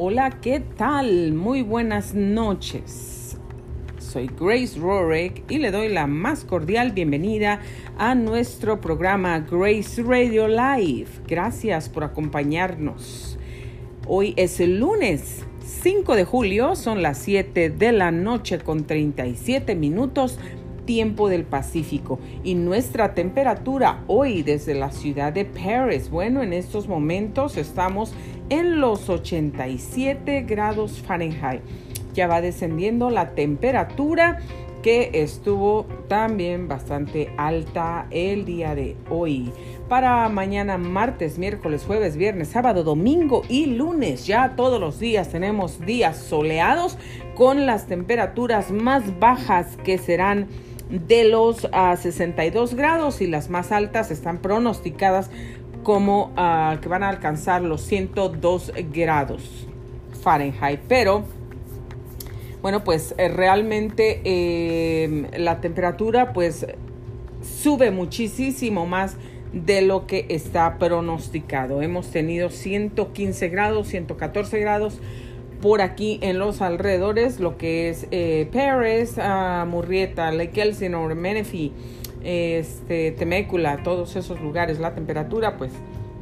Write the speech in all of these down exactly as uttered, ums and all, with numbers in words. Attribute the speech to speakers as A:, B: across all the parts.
A: hola, ¿qué tal? Muy buenas noches. Soy Grace Rorick y le doy la más cordial bienvenida a nuestro programa Grace Radio Live. Gracias por acompañarnos. Hoy es el lunes cinco de julio, son las siete de la noche con treinta y siete minutos, tiempo del Pacífico. Y nuestra temperatura hoy desde la ciudad de Paris, bueno, en estos momentos estamos en los ochenta y siete grados Fahrenheit. Ya va descendiendo la temperatura que estuvo también bastante alta el día de hoy. Para mañana, martes, miércoles, jueves, viernes, sábado, domingo y lunes, ya todos los días tenemos días soleados con las temperaturas más bajas que serán de los uh, sesenta y dos grados y las más altas están pronosticadas como uh, que van a alcanzar los ciento dos grados Fahrenheit. Pero bueno, pues eh, realmente eh, la temperatura pues sube muchísimo más de lo que está pronosticado. Hemos tenido ciento quince grados, ciento catorce grados por aquí en los alrededores, lo que es eh, Paris, uh, Murrieta, Lake Elsinore, Menifee, este, Temecula, todos esos lugares, la temperatura pues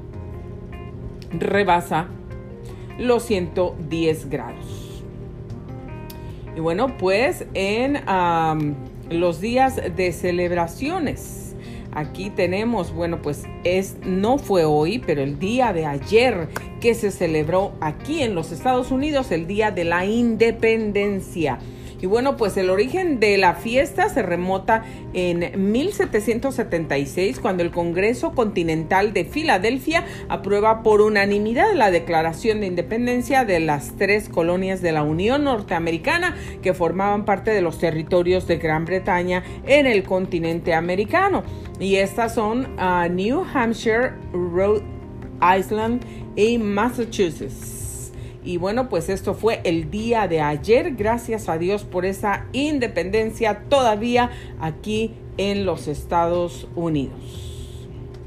A: rebasa los ciento diez grados. Y bueno, pues en um, los días de celebraciones, aquí tenemos, bueno, pues es, no fue hoy, pero el día de ayer que se celebró aquí en los Estados Unidos, el Día de la Independencia. Y bueno, pues el origen de la fiesta se remota en mil setecientos setenta y seis, cuando el Congreso Continental de Filadelfia aprueba por unanimidad la Declaración de Independencia de las tres colonias de la Unión Norteamericana que formaban parte de los territorios de Gran Bretaña en el continente americano. Y estas son uh, New Hampshire, Rhode Island y Massachusetts. Y bueno, pues esto fue el día de ayer. Gracias a Dios por esa independencia todavía aquí en los Estados Unidos.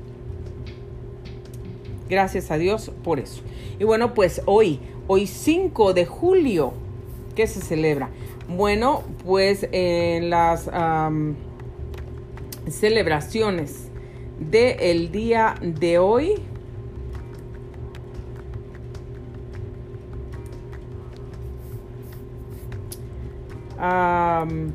A: Gracias a Dios por eso. Y bueno, pues hoy, hoy cinco de julio, ¿qué se celebra? Bueno, pues en las um, celebraciones del día de hoy, Um,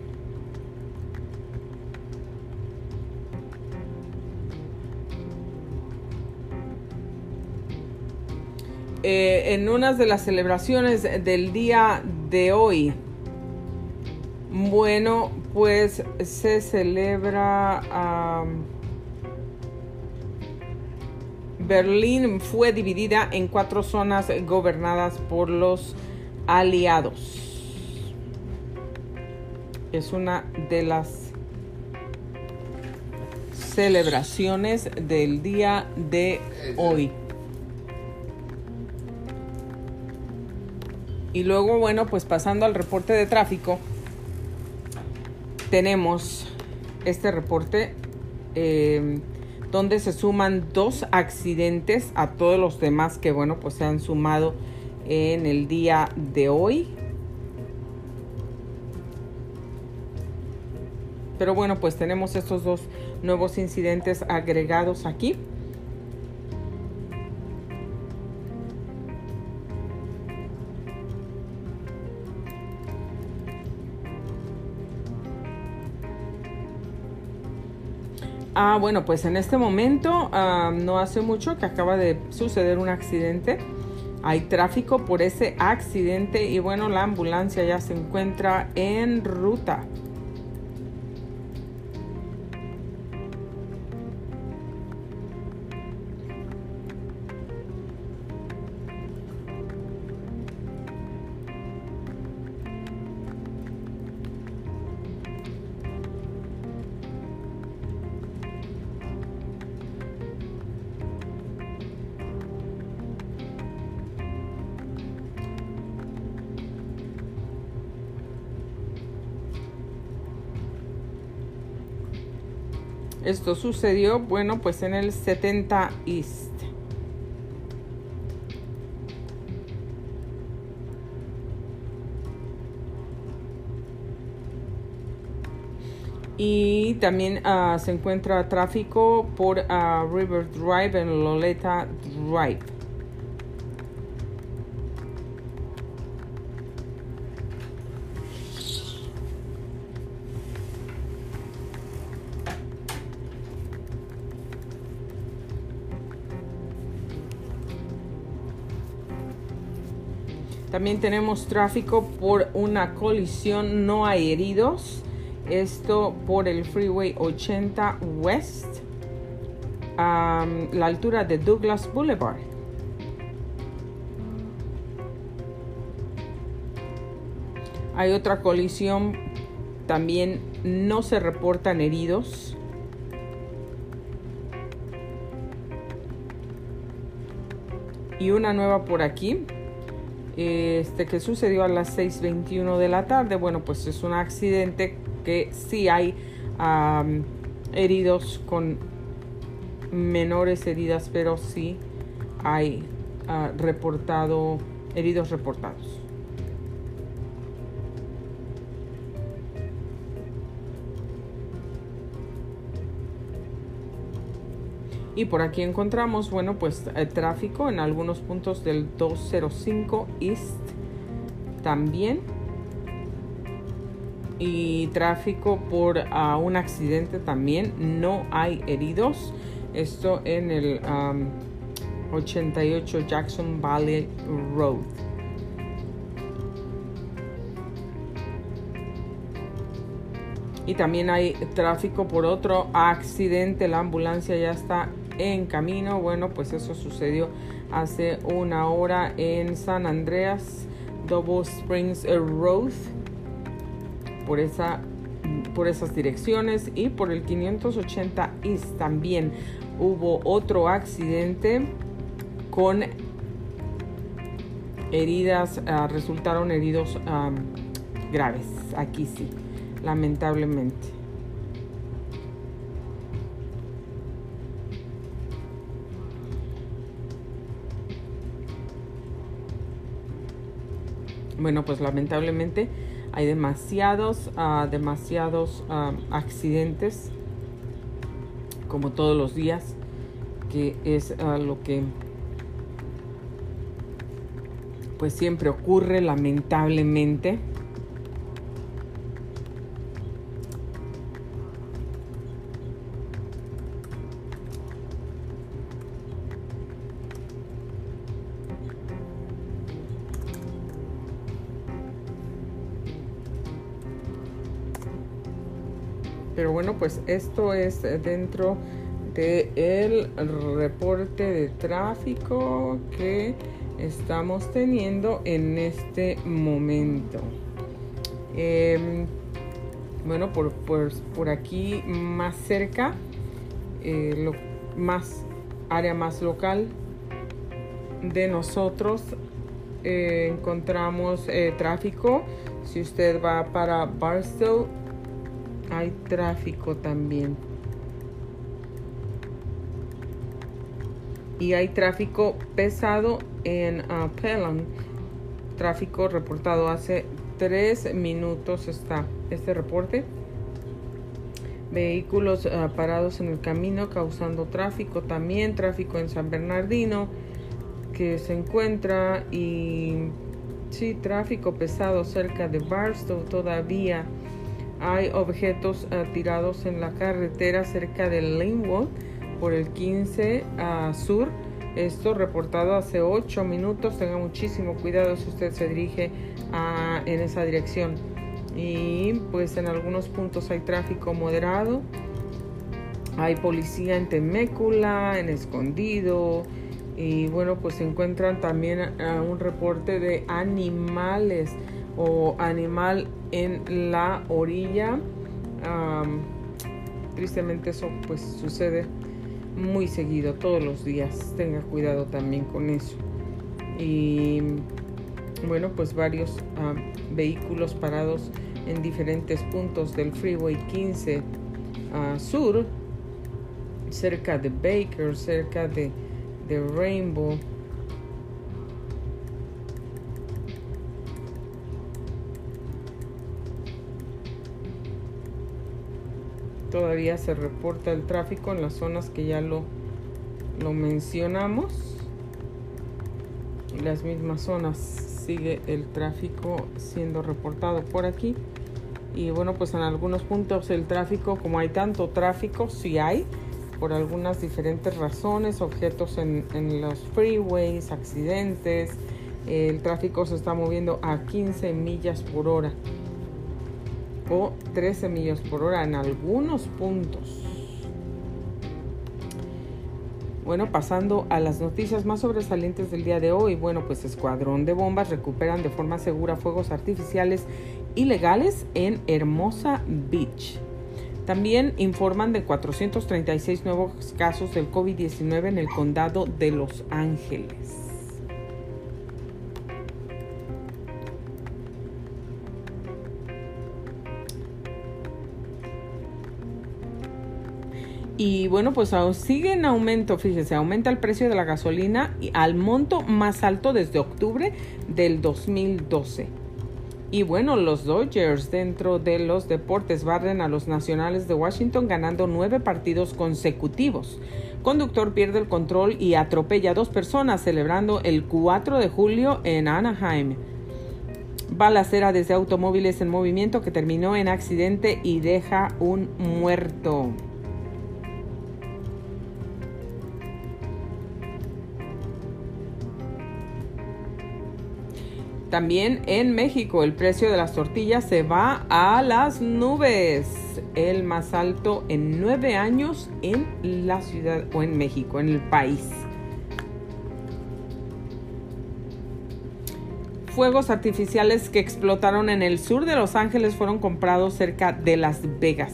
A: eh, en unas de las celebraciones del día de hoy, bueno, pues se celebra um, Berlín fue dividida en cuatro zonas gobernadas por los aliados. Es una de las celebraciones del día de hoy. Y luego, bueno, pues pasando al reporte de tráfico, tenemos este reporte eh, donde se suman dos accidentes a todos los demás que, bueno, pues se han sumado en el día de hoy. Pero bueno, pues tenemos estos dos nuevos incidentes agregados aquí. Ah, bueno, pues en este momento, uh, no hace mucho que acaba de suceder un accidente. Hay tráfico por ese accidente y bueno, la ambulancia ya se encuentra en ruta. Esto sucedió, bueno, pues en el setenta East. Y también uh, se encuentra tráfico por uh, River Drive en Loleta Drive. También tenemos tráfico por una colisión, no hay heridos. Esto por el Freeway ochenta West, um, la altura de Douglas Boulevard. Hay otra colisión, también no se reportan heridos. Y una nueva por aquí. Este que sucedió a las seis veintiuno de la tarde. Bueno, pues es un accidente que sí hay um, heridos con menores heridas, pero sí hay uh, reportado heridos reportados. Y por aquí encontramos, bueno, pues el tráfico en algunos puntos del doscientos cinco East también. Y tráfico por uh, un accidente también. No hay heridos. Esto en el um, ochenta y ocho Jackson Valley Road. Y también hay tráfico por otro accidente. La ambulancia ya está en camino. Bueno, pues eso sucedió hace una hora en San Andreas, Double Springs Road, por esa por esas direcciones. Y por el quinientos ochenta East también hubo otro accidente con heridas, uh, resultaron heridos um, graves. Aquí sí, lamentablemente. Bueno, pues lamentablemente hay demasiados, uh, demasiados uh, accidentes, como todos los días, que es uh, lo que pues siempre ocurre, lamentablemente. Pero bueno, pues esto es dentro del reporte de tráfico que estamos teniendo en este momento. Eh, bueno, por, por, por aquí más cerca, eh, lo más área más local de nosotros, eh, encontramos eh, tráfico. Si usted va para Barstow, hay tráfico también. Y hay tráfico pesado en uh, Pelham. Tráfico reportado hace tres minutos está este reporte. Vehículos uh, parados en el camino causando tráfico también. Tráfico en San Bernardino que se encuentra. Y sí, tráfico pesado cerca de Barstow todavía. Hay objetos uh, tirados en la carretera cerca de Linwood por el quince uh, Sur. Esto reportado hace ocho minutos. Tenga muchísimo cuidado si usted se dirige uh, en esa dirección. Y pues en algunos puntos hay tráfico moderado. Hay policía en Temecula, en Escondido. Y bueno, pues se encuentran también uh, un reporte de animales o animal en la orilla. Um, tristemente eso pues sucede muy seguido, todos los días. Tenga cuidado también con eso. Y bueno, pues varios um, vehículos parados en diferentes puntos del Freeway quince uh, Sur, cerca de Baker, cerca de, de Rainbow. Todavía se reporta el tráfico en las zonas que ya lo, lo mencionamos. En las mismas zonas sigue el tráfico siendo reportado por aquí. Y bueno, pues en algunos puntos el tráfico, como hay tanto tráfico, sí hay, por algunas diferentes razones, objetos en, en los freeways, accidentes. El tráfico se está moviendo a quince millas por hora o trece millas por hora en algunos puntos. Bueno, pasando a las noticias más sobresalientes del día de hoy. Bueno, pues Escuadrón de Bombas recuperan de forma segura fuegos artificiales ilegales en Hermosa Beach. También informan de cuatrocientos treinta y seis nuevos casos del COVID diecinueve en el condado de Los Ángeles. Y bueno, pues sigue en aumento, fíjese, aumenta el precio de la gasolina al monto más alto desde octubre del dos mil doce. Y bueno, los Dodgers dentro de los deportes barren a los Nacionales de Washington ganando nueve partidos consecutivos. Conductor pierde el control y atropella a dos personas celebrando el cuatro de julio en Anaheim. Balacera desde automóviles en movimiento que terminó en accidente y deja un muerto. También en México el precio de las tortillas se va a las nubes, el más alto en nueve años en la ciudad o en México, en el país. Fuegos artificiales que explotaron en el sur de Los Ángeles fueron comprados cerca de Las Vegas.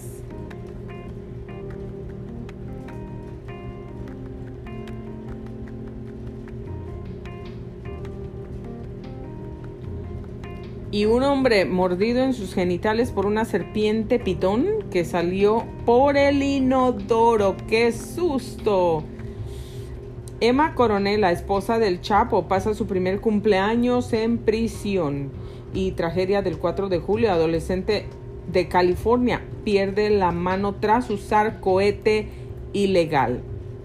A: Y un hombre mordido en sus genitales por una serpiente pitón que salió por el inodoro. ¡Qué susto! Emma Coronel, la esposa del Chapo, pasa su primer cumpleaños en prisión. Y tragedia del cuatro de julio, adolescente de California pierde la mano tras usar cohete ilegal.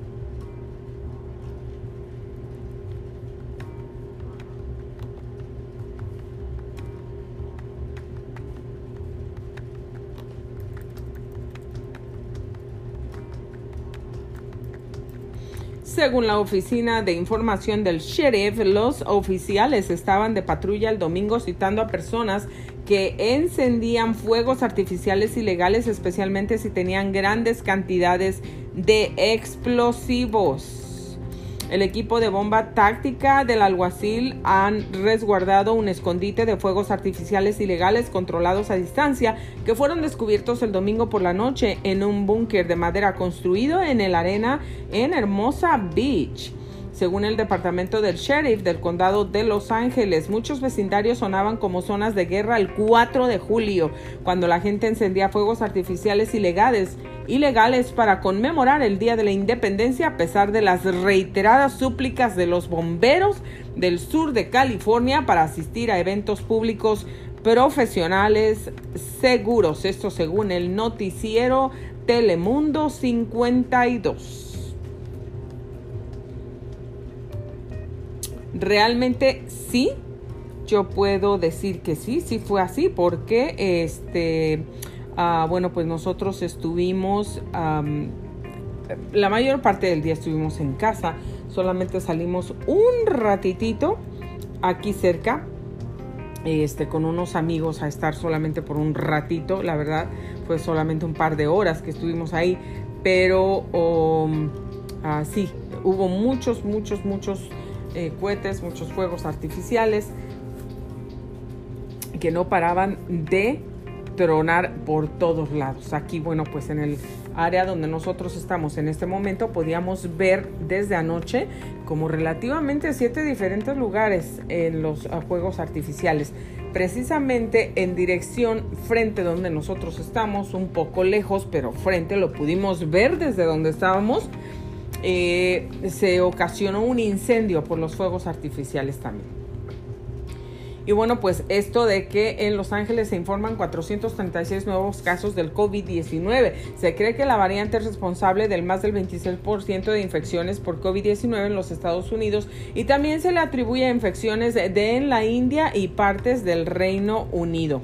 A: Según la Oficina de Información del Sheriff, los oficiales estaban de patrulla el domingo citando a personas que encendían fuegos artificiales ilegales, especialmente si tenían grandes cantidades de explosivos. El equipo de bomba táctica del alguacil han resguardado un escondite de fuegos artificiales ilegales controlados a distancia que fueron descubiertos el domingo por la noche en un búnker de madera construido en el arena en Hermosa Beach. Según el departamento del sheriff del condado de Los Ángeles, muchos vecindarios sonaban como zonas de guerra el cuatro de julio, cuando la gente encendía fuegos artificiales ilegales, ilegales para conmemorar el Día de la Independencia, a pesar de las reiteradas súplicas de los bomberos del sur de California para asistir a eventos públicos profesionales seguros. Esto según el noticiero Telemundo cincuenta y dos. Realmente sí, yo puedo decir que sí, sí fue así, porque este, uh, bueno, pues nosotros estuvimos, um, la mayor parte del día estuvimos en casa, solamente salimos un ratitito aquí cerca, este, con unos amigos a estar solamente por un ratito, la verdad, fue solamente un par de horas que estuvimos ahí, pero um, uh, sí, hubo muchos, muchos, muchos Eh, cohetes, muchos fuegos artificiales que no paraban de tronar por todos lados. Aquí, bueno, pues en el área donde nosotros estamos en este momento, podíamos ver desde anoche como relativamente siete diferentes lugares en los uh, fuegos artificiales. Precisamente en dirección frente donde nosotros estamos, un poco lejos, pero frente, lo pudimos ver desde donde estábamos. Eh, se ocasionó un incendio por los fuegos artificiales también. Y bueno, pues esto de que en Los Ángeles se informan cuatrocientos treinta y seis nuevos casos del COVID diecinueve. Se cree que la variante es responsable del más del veintiséis por ciento de infecciones por COVID diecinueve en los Estados Unidos, y también se le atribuye a infecciones de, de en la India y partes del Reino Unido.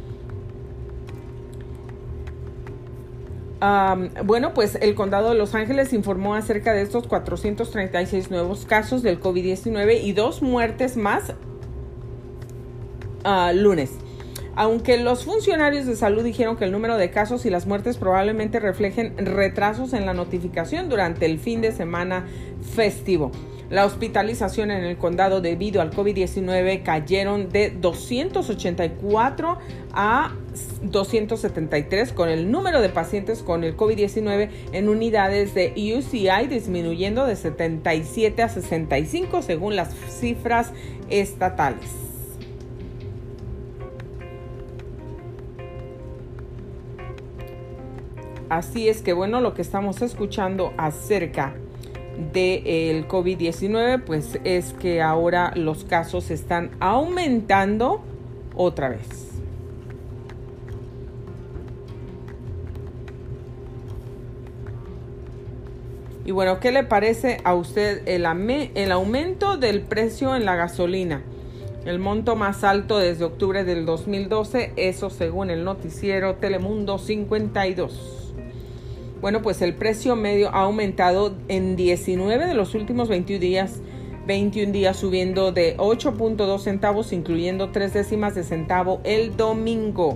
A: Um, bueno, pues el condado de Los Ángeles informó acerca de estos cuatrocientos treinta y seis nuevos casos del COVID diecinueve y dos muertes más Uh, lunes. Aunque los funcionarios de salud dijeron que el número de casos y las muertes probablemente reflejen retrasos en la notificación durante el fin de semana festivo. La hospitalización en el condado debido al COVID diecinueve cayeron de doscientos ochenta y cuatro a doscientos setenta y tres, con el número de pacientes con el COVID diecinueve en unidades de U C I disminuyendo de setenta y siete a sesenta y cinco según las cifras estatales. Así es que bueno, lo que estamos escuchando acerca del COVID diecinueve, pues es que ahora los casos están aumentando otra vez. Y bueno, ¿qué le parece a usted el, el aumento del precio en la gasolina? El monto más alto desde octubre del dos mil doce, eso según el noticiero Telemundo cincuenta y dos. Bueno, pues el precio medio ha aumentado en diecinueve de los últimos veintiún días, veintiún días subiendo de ocho punto dos centavos, incluyendo tres décimas de centavo el domingo.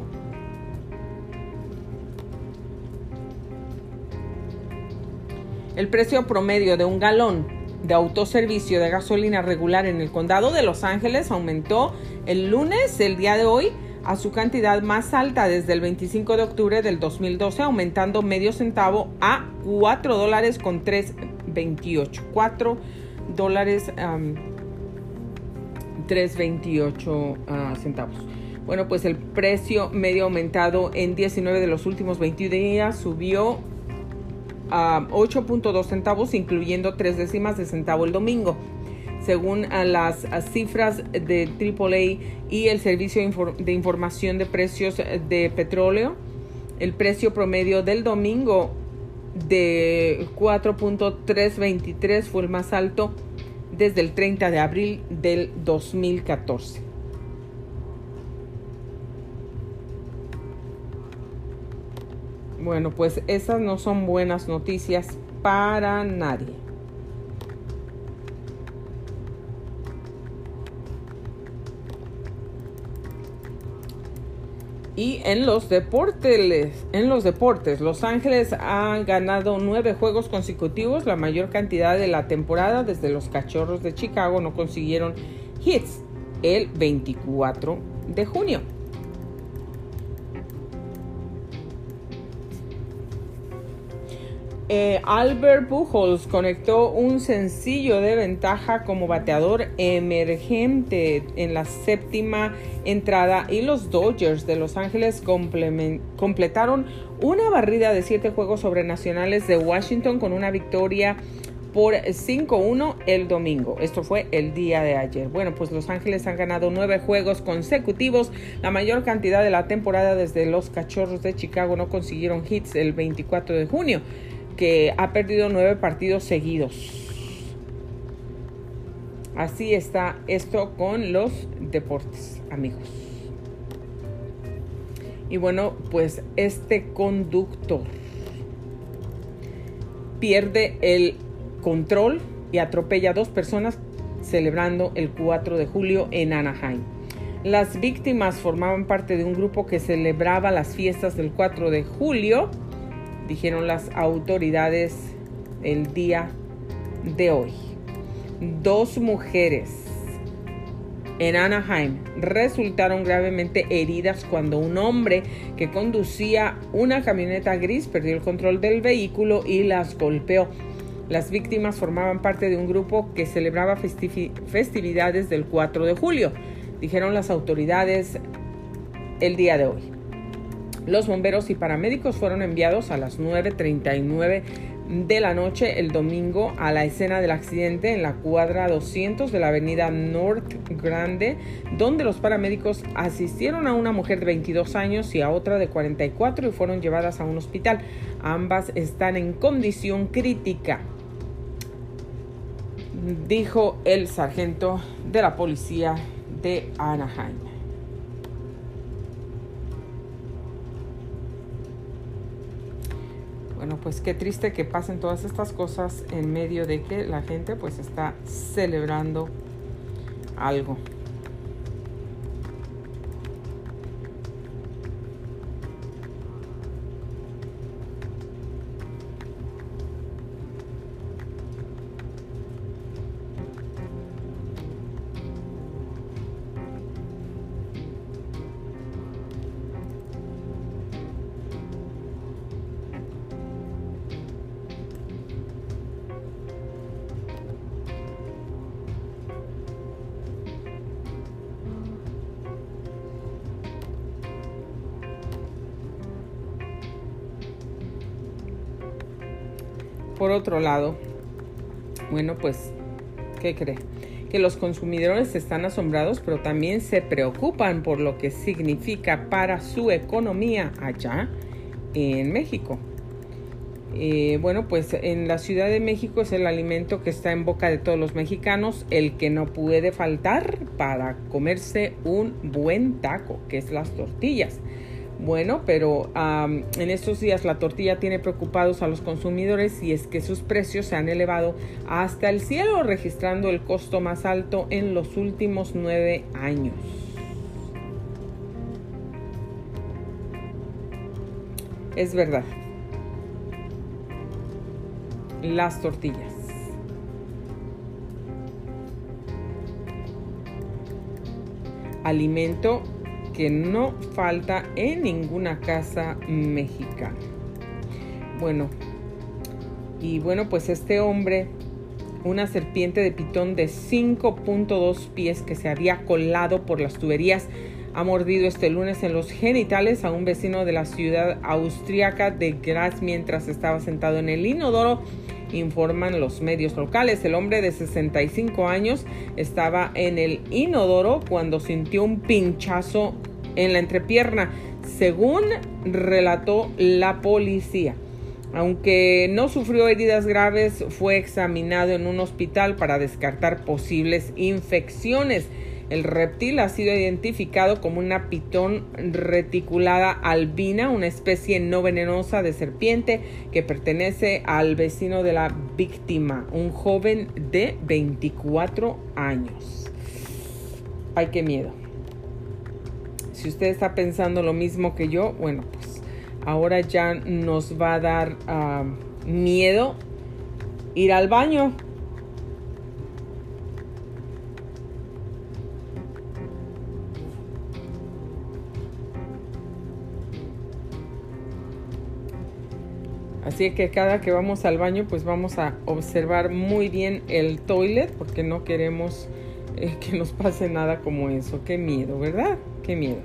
A: El precio promedio de un galón de autoservicio de gasolina regular en el condado de Los Ángeles aumentó el lunes, el día de hoy, a su cantidad más alta desde el veinticinco de octubre del dos mil doce, aumentando medio centavo a cuatro dólares con tres veintiocho. cuatro dólares um, tres veintiocho uh, centavos. Bueno, pues el precio medio aumentado en diecinueve de los últimos veintiún días subió a ocho punto dos centavos, incluyendo tres décimas de centavo el domingo. Según a las a cifras de triple A y el Servicio de Información de Precios de Petróleo, el precio promedio del domingo de cuatro punto trescientos veintitrés fue el más alto desde el treinta de abril del dos mil catorce. Bueno, pues esas no son buenas noticias para nadie. Y en los deportes, en los deportes, Los Ángeles han ganado nueve juegos consecutivos, la mayor cantidad de la temporada desde los Cachorros de Chicago no consiguieron hits el veinticuatro de junio. Eh, Albert Pujols conectó un sencillo de ventaja como bateador emergente en la séptima entrada y los Dodgers de Los Ángeles completaron una barrida de siete juegos sobre Nacionales de Washington con una victoria por cinco uno el domingo. Esto fue el día de ayer. Bueno, pues Los Ángeles han ganado nueve juegos consecutivos, la mayor cantidad de la temporada desde los Cachorros de Chicago no consiguieron hits el veinticuatro de junio. Que ha perdido nueve partidos seguidos. Así está esto con los deportes, amigos. Y bueno, pues este conductor pierde el control y atropella a dos personas celebrando el cuatro de julio en Anaheim. Las víctimas formaban parte de un grupo que celebraba las fiestas del cuatro de julio, dijeron las autoridades el día de hoy. Dos mujeres en Anaheim resultaron gravemente heridas cuando un hombre que conducía una camioneta gris perdió el control del vehículo y las golpeó. Las víctimas formaban parte de un grupo que celebraba festivi- festividades del cuatro de julio, dijeron las autoridades el día de hoy. Los bomberos y paramédicos fueron enviados a las nueve treinta y nueve de la noche el domingo a la escena del accidente en la cuadra doscientos de la avenida North Grande, donde los paramédicos asistieron a una mujer de veintidós años y a otra de cuarenta y cuatro y fueron llevadas a un hospital. Ambas están en condición crítica, dijo el sargento de la policía de Anaheim. Bueno, pues qué triste que pasen todas estas cosas en medio de que la gente pues está celebrando algo. Por otro lado, bueno, pues, ¿qué cree? Que los consumidores están asombrados, pero también se preocupan por lo que significa para su economía allá en México. Eh, bueno, pues en la Ciudad de México es el alimento que está en boca de todos los mexicanos, el que no puede faltar para comerse un buen taco, que es las tortillas. Bueno, pero um, en estos días la tortilla tiene preocupados a los consumidores y es que sus precios se han elevado hasta el cielo, registrando el costo más alto en los últimos nueve años. Es verdad. Las tortillas. Alimento que no falta en ninguna casa mexicana. Bueno, y bueno, pues este hombre, una serpiente de pitón de cinco punto dos pies que se había colado por las tuberías, ha mordido este lunes en los genitales a un vecino de la ciudad austríaca de Graz mientras estaba sentado en el inodoro, informan los medios locales. El hombre de sesenta y cinco años estaba en el inodoro cuando sintió un pinchazo en la entrepierna, según relató la policía. Aunque no sufrió heridas graves, fue examinado en un hospital para descartar posibles infecciones. El reptil ha sido identificado como una pitón reticulada albina, una especie no venenosa de serpiente que pertenece al vecino de la víctima, un joven de veinticuatro años. Ay, qué miedo. Si usted está pensando lo mismo que yo, bueno, pues ahora ya nos va a dar uh, miedo ir al baño. Así que cada que vamos al baño, pues vamos a observar muy bien el toilet, porque no queremos eh, que nos pase nada como eso. Qué miedo, ¿verdad? Qué miedo.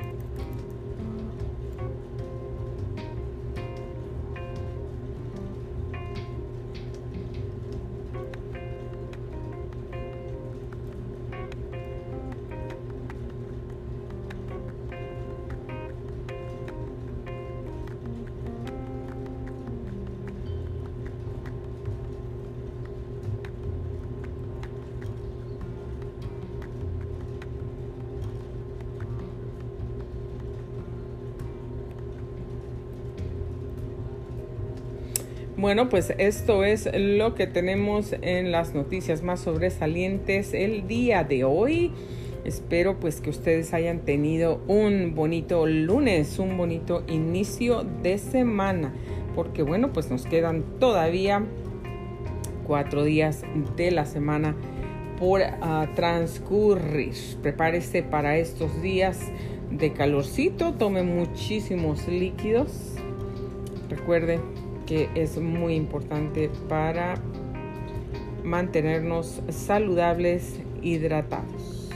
A: Bueno, pues esto es lo que tenemos en las noticias más sobresalientes el día de hoy. Espero pues que ustedes hayan tenido un bonito lunes, un bonito inicio de semana, porque bueno, pues nos quedan todavía cuatro días de la semana por uh, transcurrir. Prepárese para estos días de calorcito, tome muchísimos líquidos. Recuerde que es muy importante para mantenernos saludables, hidratados.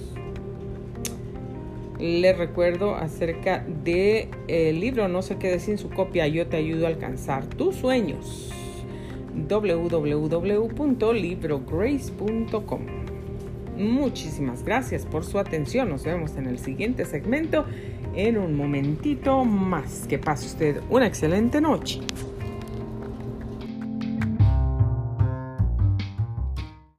A: Les recuerdo acerca del libro No se quede sin su copia, yo te ayudo a alcanzar tus sueños. w w w punto libro grace punto com. Muchísimas gracias por su atención. Nos vemos en el siguiente segmento en un momentito más. Que pase usted una excelente noche.